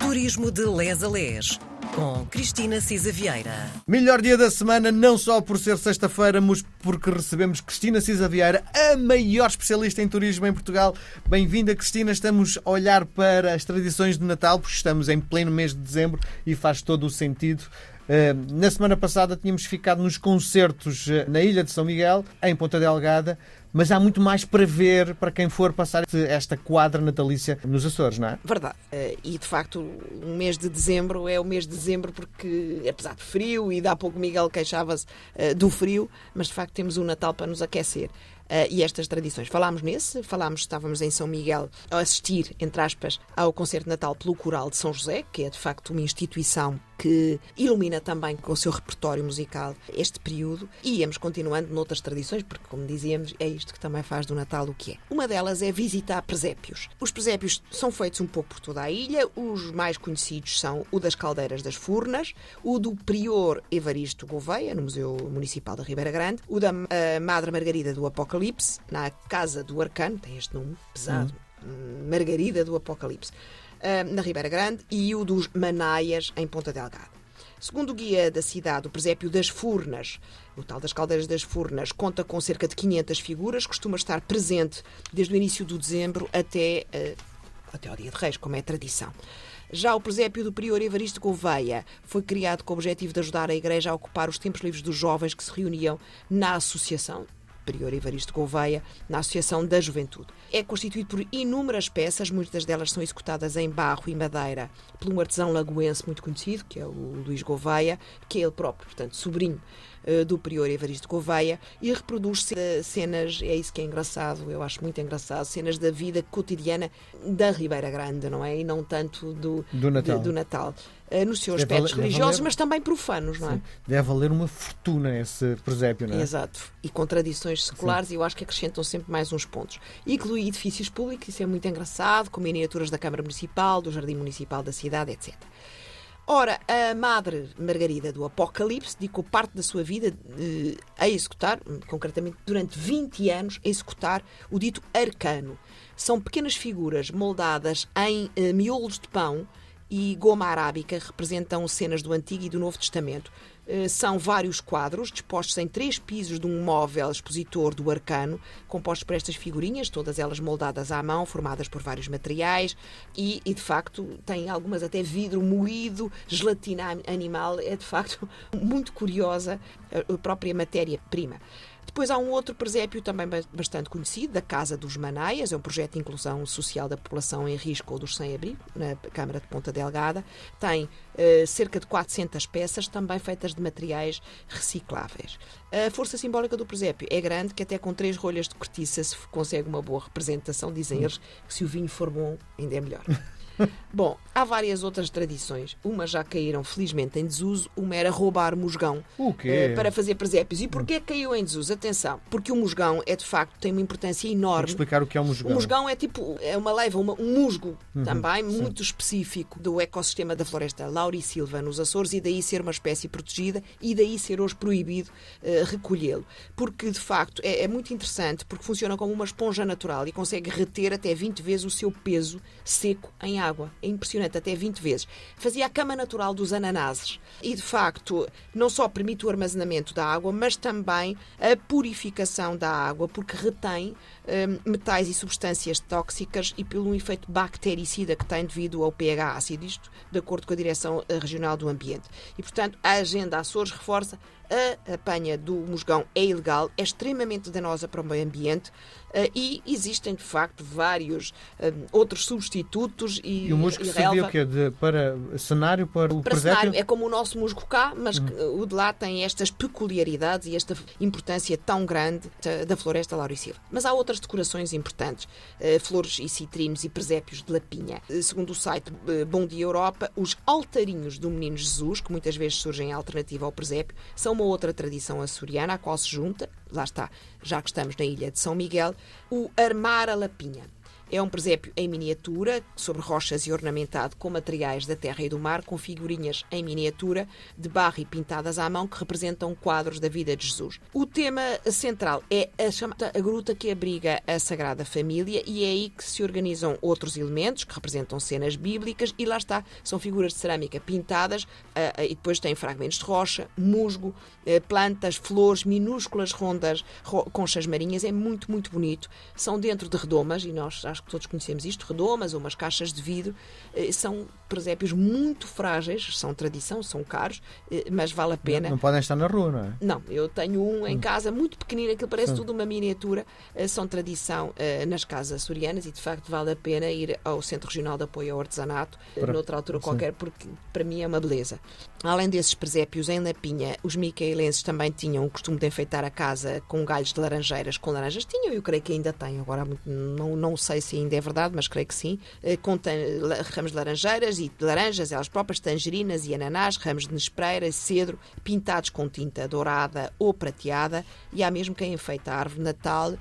Turismo de Les a Les, com Cristina Cisa Vieira. Melhor dia da semana, não só por ser sexta-feira, mas porque recebemos Cristina Cisa Vieira, a maior especialista em turismo em Portugal. Bem-vinda, Cristina. Estamos a olhar para as tradições de Natal, porque estamos em pleno mês de dezembro e faz todo o sentido. Na semana passada tínhamos ficado nos concertos na Ilha de São Miguel, em Ponta Delgada, mas há muito mais para ver para quem for passar esta quadra natalícia nos Açores, não é? Verdade. E, de facto, o mês de dezembro é o mês de dezembro porque, apesar de frio, e de há pouco Miguel queixava-se do frio, mas, de facto, temos o Natal para nos aquecer. E estas tradições. Estávamos em São Miguel a assistir, entre aspas, ao concerto de Natal pelo Coral de São José, que é de facto uma instituição que ilumina também com o seu repertório musical este período, e íamos continuando noutras tradições, porque, como dizíamos, é isto que também faz do Natal o que é. Uma delas é visitar presépios. Os presépios são feitos um pouco por toda a ilha. Os mais conhecidos são o das Caldeiras das Furnas, o do Prior Evaristo Gouveia, no Museu Municipal da Ribeira Grande, o da Madre Margarida do Apocalipse, na Casa do Arcano, tem este nome pesado, Margarida do Apocalipse, na Ribeira Grande, e o dos Manaias, em Ponta Delgada. Segundo o guia da cidade, o presépio das Furnas, o tal das Caldeiras das Furnas, conta com cerca de 500 figuras, costuma estar presente desde o início de dezembro até ao Dia de Reis, como é tradição. Já o presépio do Prior Evaristo Gouveia foi criado com o objetivo de ajudar a Igreja a ocupar os tempos livres dos jovens que se reuniam na associação Prior Evaristo Gouveia, na Associação da Juventude. É constituído por inúmeras peças, muitas delas são executadas em barro e madeira por um artesão lagoense muito conhecido, que é o Luís Gouveia, que é ele próprio, portanto, sobrinho do Prior Evaristo Gouveia, e reproduz cenas, é isso que é engraçado, eu acho muito engraçado, cenas da vida cotidiana da Ribeira Grande, não é? E não tanto do Natal. Nos seus aspectos religiosos, mas também profanos, não é? Sim. Deve valer uma fortuna esse presépio, não é? Exato. E com tradições seculares, eu acho que acrescentam sempre mais uns pontos. Inclui edifícios públicos, isso é muito engraçado, com miniaturas da Câmara Municipal, do Jardim Municipal da cidade, etc. Ora, a Madre Margarida do Apocalipse dedicou parte da sua vida a executar, concretamente durante 20 anos, a executar o dito arcano. São pequenas figuras moldadas em miolos de pão e goma arábica, representam cenas do Antigo e do Novo Testamento. São vários quadros dispostos em 3 pisos de um móvel expositor do arcano, compostos por estas figurinhas, todas elas moldadas à mão, formadas por vários materiais e de facto, têm algumas até vidro moído, gelatina animal. É de facto muito curiosa a própria matéria-prima. Depois há um outro presépio também bastante conhecido, da Casa dos Manaias, é um projeto de inclusão social da população em risco ou dos sem-abrigo, na Câmara de Ponta Delgada. Tem cerca de 400 peças, também feitas de materiais recicláveis. A força simbólica do presépio é grande, que até com 3 rolhas de cortiça se consegue uma boa representação. Dizem eles que se o vinho for bom, ainda é melhor. Bom, há várias outras tradições. Umas já caíram felizmente em desuso. Uma era roubar musgão para fazer presépios. E porquê caiu em desuso? Atenção, porque o musgão é de facto, tem uma importância enorme. Vou explicar o que é o musgão. O musgão é uma leiva, um musgo também, muito específico do ecossistema da floresta laurisilva nos Açores, e daí ser uma espécie protegida e daí ser hoje proibido recolhê-lo. Porque de facto é muito interessante, porque funciona como uma esponja natural e consegue reter até 20 vezes o seu peso seco em água. É impressionante, até 20 vezes. Fazia a cama natural dos ananases e, de facto, não só permite o armazenamento da água, mas também a purificação da água, porque retém metais e substâncias tóxicas e pelo efeito bactericida que tem devido ao pH ácido, isto de acordo com a Direção Regional do Ambiente. E, portanto, a Agenda Açores reforça: a apanha do musgão é ilegal, é extremamente danosa para o meio ambiente, e existem, de facto, vários outros substitutos. E o musgo servia o quê? Para cenário, para o presépio? Cenário. É como o nosso musgo cá, mas o de lá tem estas peculiaridades e esta importância tão grande da floresta laurisilva. Mas há outras decorações importantes, flores e citrinos e presépios de lapinha. Segundo o site Bom Dia Europa, os altarinhos do Menino Jesus, que muitas vezes surgem em alternativa ao presépio, são uma outra tradição açoriana à qual se junta, lá está, já que estamos na ilha de São Miguel, o armar a lapinha. É um presépio em miniatura, sobre rochas e ornamentado com materiais da terra e do mar, com figurinhas em miniatura, de barro e pintadas à mão, que representam quadros da vida de Jesus. O tema central é a chamada gruta que abriga a Sagrada Família, e é aí que se organizam outros elementos que representam cenas bíblicas, e lá está, são figuras de cerâmica pintadas, e depois tem fragmentos de rocha, musgo, plantas, flores, minúsculas rondas, conchas marinhas. É muito, muito bonito. São dentro de redomas, e nós acho que todos conhecemos isto, redomas ou umas caixas de vidro. São presépios muito frágeis, são tradição, são caros, mas vale a pena. Não podem estar na rua, não é? Não, eu tenho um em casa muito pequenino, aquilo parece tudo uma miniatura. São tradição nas casas açorianas, e de facto vale a pena ir ao Centro Regional de Apoio ao Artesanato noutra altura qualquer, porque para mim é uma beleza. Além desses presépios em Lapinha, os micaelenses também tinham o costume de enfeitar a casa com galhos de laranjeiras, com laranjas. Tinham, eu creio que ainda têm, agora não sei se ainda é verdade, mas creio que sim, com ramos de laranjeiras e de laranjas, elas próprias, tangerinas e ananás, ramos de nespreira, cedro, pintados com tinta dourada ou prateada, e há mesmo quem enfeita a árvore de Natal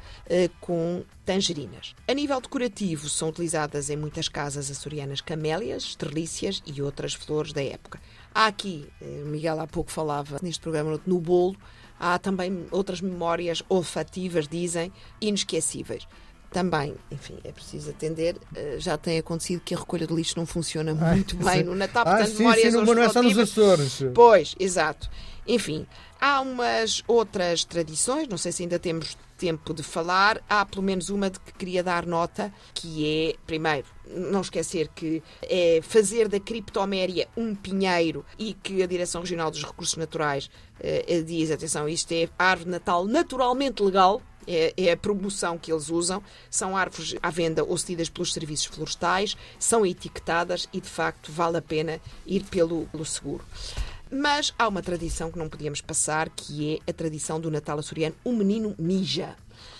com tangerinas. A nível decorativo, são utilizadas em muitas casas açorianas camélias, estrelícias e outras flores da época. Há aqui, Miguel há pouco falava neste programa, no bolo, há também outras memórias olfativas, dizem, inesquecíveis. Também, enfim, é preciso atender, já tem acontecido que a recolha de lixo não funciona muito bem no Natal, portanto, memórias olfativas. Não é só nos Açores. Pois, exato. Enfim, há umas outras tradições, não sei se ainda temos tempo de falar. Há pelo menos uma de que queria dar nota, que é, primeiro, não esquecer que é fazer da criptoméria um pinheiro, e que a Direção Regional dos Recursos Naturais diz, atenção, isto é árvore de Natal naturalmente legal. É a promoção que eles usam. São árvores à venda ou cedidas pelos serviços florestais, são etiquetadas e, de facto, vale a pena ir pelo seguro. Mas há uma tradição que não podíamos passar, que é a tradição do Natal açoriano, o menino mija.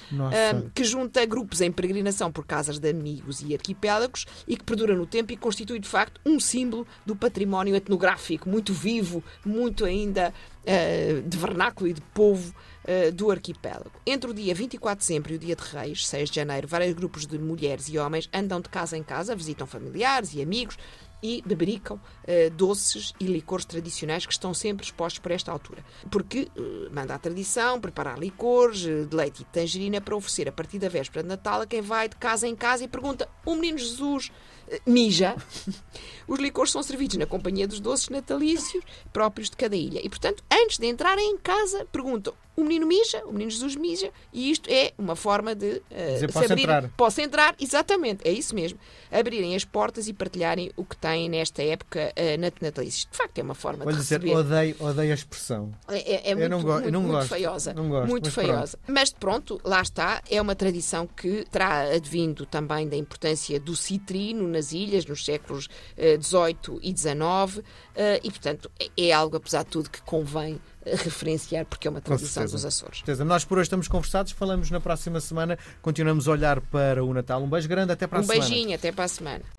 Que junta grupos em peregrinação por casas de amigos e arquipélagos, e que perdura no tempo e constitui, de facto, um símbolo do património etnográfico, muito vivo, muito ainda de vernáculo e de povo do arquipélago. Entre o dia 24 de dezembro e o dia de Reis, 6 de janeiro, vários grupos de mulheres e homens andam de casa em casa, visitam familiares e amigos e bebericam doces e licores tradicionais que estão sempre expostos por esta altura. Porque manda a tradição preparar licores de leite e de tangerina para oferecer a partir da véspera de Natal a quem vai de casa em casa e pergunta: o menino Jesus mija? Os licores são servidos na companhia dos doces natalícios próprios de cada ilha. E, portanto, antes de entrarem em casa, perguntam: o menino mija? O menino Jesus mija? E isto é uma forma de posso entrar, exatamente, é isso mesmo. Abrirem as portas e partilharem o que têm nesta época natalícia. De facto, é uma forma de receber. Odeio a expressão. É muito feiosa. Não gosto, muito feiosa. Mas pronto, lá está. É uma tradição que terá advindo também da importância do citrino nas ilhas, nos séculos XVIII e XIX. E, portanto, é algo, apesar de tudo, que convém referenciar, porque é uma tradição dos Açores. Nós por hoje estamos conversados, falamos na próxima semana, continuamos a olhar para o Natal. Um beijo grande, até para a semana. Um beijinho, até para a semana.